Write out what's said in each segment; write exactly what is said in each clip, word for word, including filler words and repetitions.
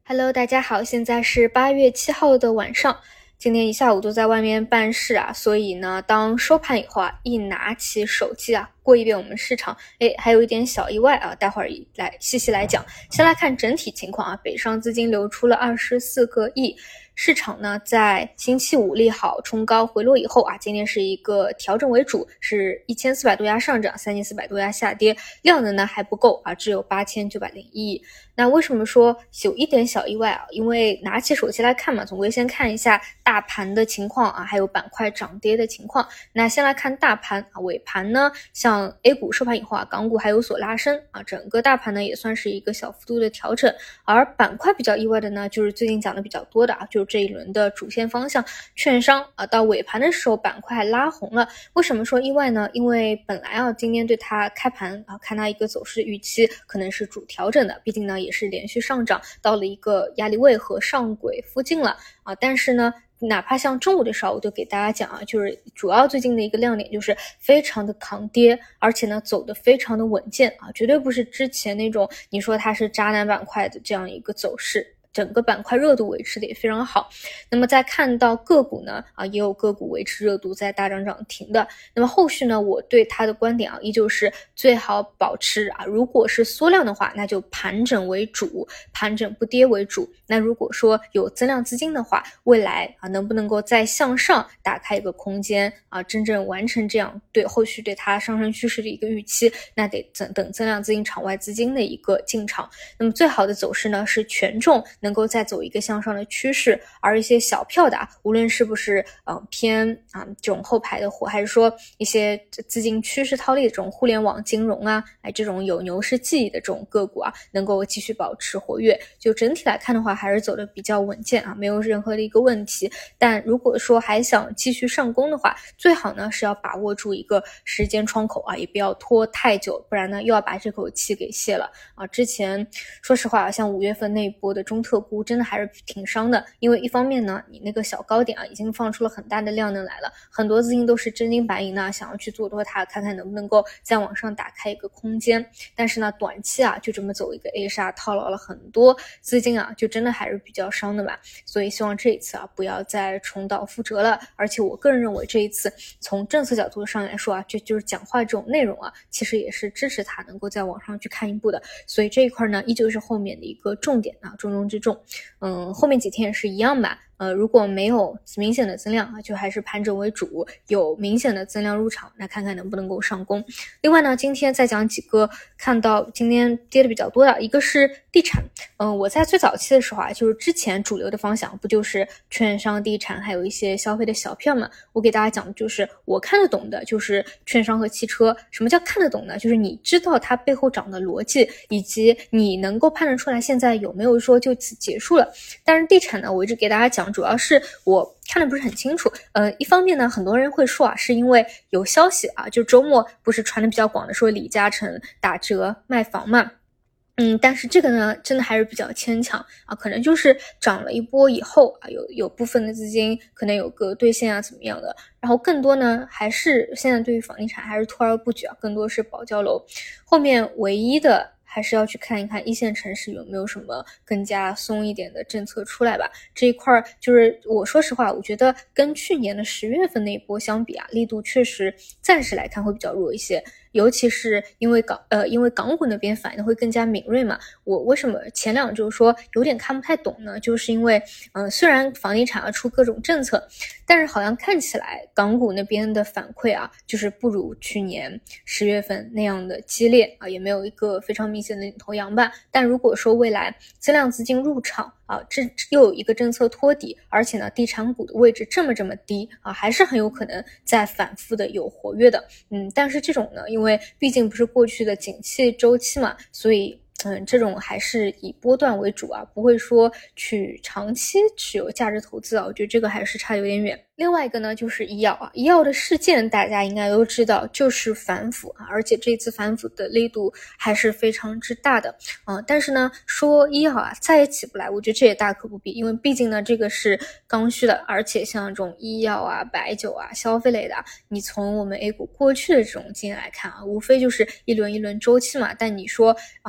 Hello， 大家好，现在是八月七号的晚上，今天一下午都在外面办事啊，所以呢，当收盘以后啊，一拿起手机啊，过一遍我们市场，诶，还有一点小意外啊，待会儿来细细来讲。先来看整体情况啊，北上资金流出了二十四个亿。市场呢，在星期五利好冲高回落以后啊，今天是一个调整为主，是一千四百多家上涨，三千四百多家下跌，量能呢还不够啊，只有八千九百零一亿。那为什么说有一点小意外啊？因为拿起手机来看嘛，总归先看一下大盘的情况啊，还有板块涨跌的情况。那先来看大盘啊，尾盘呢，像 A 股收盘以后啊，港股还有所拉升啊，整个大盘呢也算是一个小幅度的调整。而板块比较意外的呢，就是最近讲的比较多的啊，就是这一轮的主线方向券商啊，到尾盘的时候板块拉红了。为什么说意外呢？因为本来啊，今天对它开盘啊，看它一个走势的预期可能是主调整的，毕竟呢也是连续上涨到了一个压力位和上轨附近了啊，但是呢哪怕像中午的时候我就给大家讲啊，就是主要最近的一个亮点就是非常的抗跌，而且呢走得非常的稳健啊，绝对不是之前那种你说它是渣男板块的这样一个走势，整个板块热度维持的也非常好。那么再看到个股呢啊，也有个股维持热度在大涨涨停的。那么后续呢，我对它的观点啊，依旧是最好保持啊，如果是缩量的话，那就盘整为主，盘整不跌为主。那如果说有增量资金的话，未来啊能不能够再向上打开一个空间啊，真正完成这样对后续对它上升趋势的一个预期，那得等等增量资金、场外资金的一个进场。那么最好的走势呢是权重能够再走一个向上的趋势，而一些小票的啊，无论是不是呃偏啊、这种后排的货，还是说一些资金趋势套利的这种互联网金融啊，哎这种有牛市记忆的这种个股啊，能够继续保持活跃。就整体来看的话，还是走得比较稳健啊，没有任何的一个问题。但如果说还想继续上攻的话，最好呢是要把握住一个时间窗口啊，也不要拖太久，不然呢又要把这口气给泄了啊。之前说实话，像五月份那一波的中特估真的还是挺伤的，因为一方面呢，你那个小高点啊已经放出了很大的量能来了，很多资金都是真金白银呢，想要去做多它，看看能不能够再往上打开一个空间。但是呢，短期啊就这么走一个 A 杀，套牢了很多资金啊，就真的还是比较伤的吧。所以希望这一次啊不要再重蹈覆辙了。而且我个人认为这一次从政策角度上来说啊，这就是讲话这种内容啊，其实也是支持它能够再往上去看一步的。所以这一块呢，依旧是后面的一个重点啊，重中之重。嗯，后面几天也是一样吧。呃，如果没有明显的增量啊，就还是盘整为主，有明显的增量入场，那看看能不能够上攻。另外呢，今天再讲几个看到今天跌的比较多的，一个是地产。嗯、呃，我在最早期的时候啊，就是之前主流的方向不就是券商、地产，还有一些消费的小票嘛。我给大家讲的就是我看得懂的，就是券商和汽车。什么叫看得懂呢？就是你知道它背后涨的逻辑，以及你能够判断出来现在有没有说就此结束了。但是地产呢，我一直给大家讲，主要是我看得不是很清楚。呃，一方面呢，很多人会说啊，是因为有消息啊，就周末不是传的比较广的说李嘉诚打折卖房嘛。嗯，但是这个呢，真的还是比较牵强啊，可能就是涨了一波以后啊，有有部分的资金可能有个兑现啊，怎么样的，然后更多呢，还是现在对于房地产还是拖而不决啊，更多是保交楼，后面唯一的还是要去看一看一线城市有没有什么更加松一点的政策出来吧。这一块就是我说实话，我觉得跟去年的十月份那一波相比啊，力度确实暂时来看会比较弱一些。尤其是因为港呃，因为港股那边反应的会更加敏锐嘛。我为什么前两周说有点看不太懂呢？就是因为嗯、呃，虽然房地产要出各种政策，但是好像看起来港股那边的反馈啊，就是不如去年十月份那样的激烈啊，也没有一个非常明显的领头羊吧。但如果说未来增量资金入场啊，这又有一个政策托底，而且呢，地产股的位置这么这么低啊，还是很有可能再反复的有活跃的。嗯，但是这种呢，因为毕竟不是过去的景气周期嘛，所以嗯，这种还是以波段为主啊，不会说去长期持有价值投资啊，我觉得这个还是差有点远。另外一个呢，就是医药啊，医药的事件大家应该都知道，就是反腐啊，而且这次反腐的力度还是非常之大的啊、呃。但是呢，说医药啊再也起不来，我觉得这也大可不必，因为毕竟呢，这个是刚需的，而且像这种医药啊、白酒啊、消费类的、啊，你从我们 A 股过去的这种经验来看啊，无非就是一轮一轮周期嘛。但你说啊、呃，这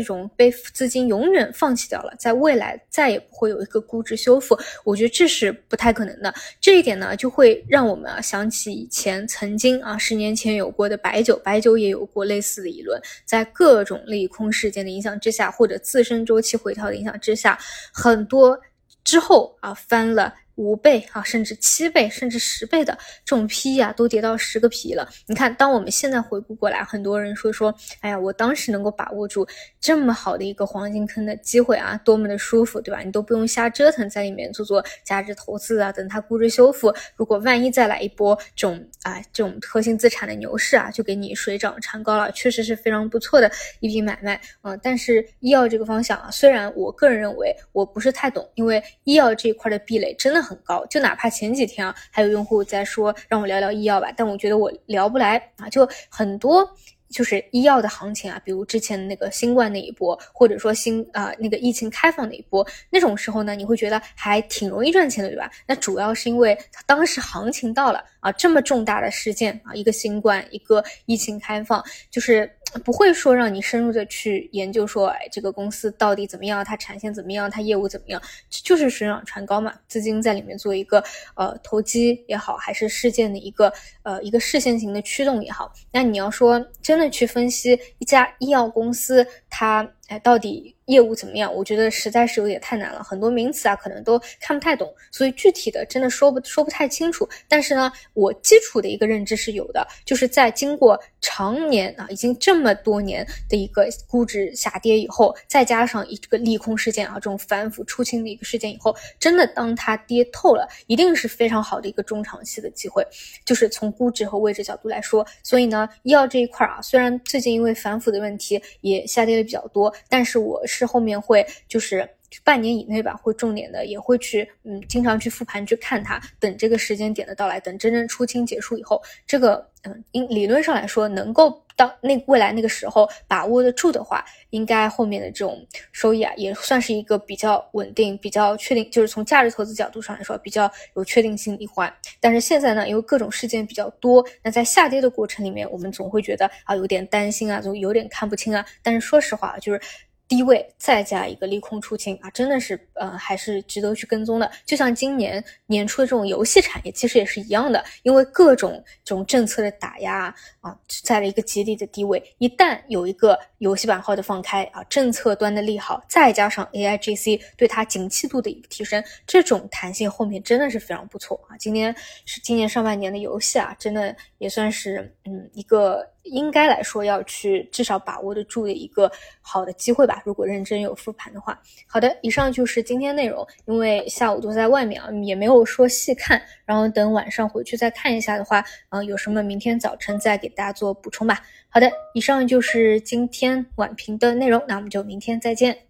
种被资金永远放弃掉了，在未来再也不会有一个估值修复，我觉得这是不太可能的。这一点呢，就会让我们啊想起以前曾经啊十年前有过的白酒，白酒也有过类似的一轮，在各种利空事件的影响之下，或者自身周期回调的影响之下，很多之后啊翻了五倍啊，甚至七倍，甚至十倍的这种 P E 啊，都跌到十个 P E 了。你看，当我们现在回顾过来，很多人说说，哎呀，我当时能够把握住这么好的一个黄金坑的机会啊，多么的舒服，对吧？你都不用瞎折腾，在里面做做价值投资啊，等它估值修复。如果万一再来一波这种啊这种核心资产的牛市啊，就给你水涨船高了，确实是非常不错的一笔买卖啊、呃。但是医药这个方向啊，虽然我个人认为我不是太懂，因为医药这一块的壁垒真的很高，就哪怕前几天啊，还有用户在说让我聊聊医药吧，但我觉得我聊不来啊，就很多就是医药的行情啊，比如之前那个新冠那一波，或者说新啊、呃、那个疫情开放那一波，那种时候呢，你会觉得还挺容易赚钱的，对吧？那主要是因为当时行情到了啊，这么重大的事件啊，一个新冠，一个疫情开放，就是不会说让你深入的去研究说，哎，这个公司到底怎么样，它产线怎么样，它业务怎么样，就是水涨船高嘛，资金在里面做一个呃投机也好，还是事件的一个呃一个事件型的驱动也好，那你要说真的去分析一家医药公司它哎到底业务怎么样，我觉得实在是有点太难了，很多名词啊可能都看不太懂，所以具体的真的说不说不太清楚。但是呢，我基础的一个认知是有的，就是在经过常年啊已经这么多年的一个估值下跌以后，再加上一个利空事件啊这种反腐出清的一个事件以后，真的当它跌透了，一定是非常好的一个中长期的机会，就是从估值和位置角度来说。所以呢，医药这一块啊，虽然最近因为反腐的问题也下跌的比较多，但是我是后面会就是半年以内吧，会重点的也会去嗯经常去复盘去看它，等这个时间点的到来，等真正出清结束以后，这个嗯理论上来说能够当那未来那个时候把握得住的话，应该后面的这种收益啊也算是一个比较稳定比较确定，就是从价值投资角度上来说比较有确定性的一环。但是现在呢，因为各种事件比较多，那在下跌的过程里面，我们总会觉得啊有点担心啊，总有点看不清啊，但是说实话就是低位再加一个利空出清啊，真的是呃还是值得去跟踪的。就像今年年初的这种游戏产业其实也是一样的，因为各种这种政策的打压啊，在了一个极低的低位，一旦有一个游戏版号的放开啊，政策端的利好，再加上 A I G C 对它景气度的一个提升，这种弹性后面真的是非常不错啊。今年是今年上半年的游戏啊，真的也算是嗯一个应该来说要去至少把握得住的一个好的机会吧，如果认真有复盘的话。好的，以上就是今天内容，因为下午都在外面啊，也没有说细看，然后等晚上回去再看一下的话，嗯、呃，有什么明天早晨再给大家做补充吧。好的，以上就是今天晚评的内容，那我们就明天再见。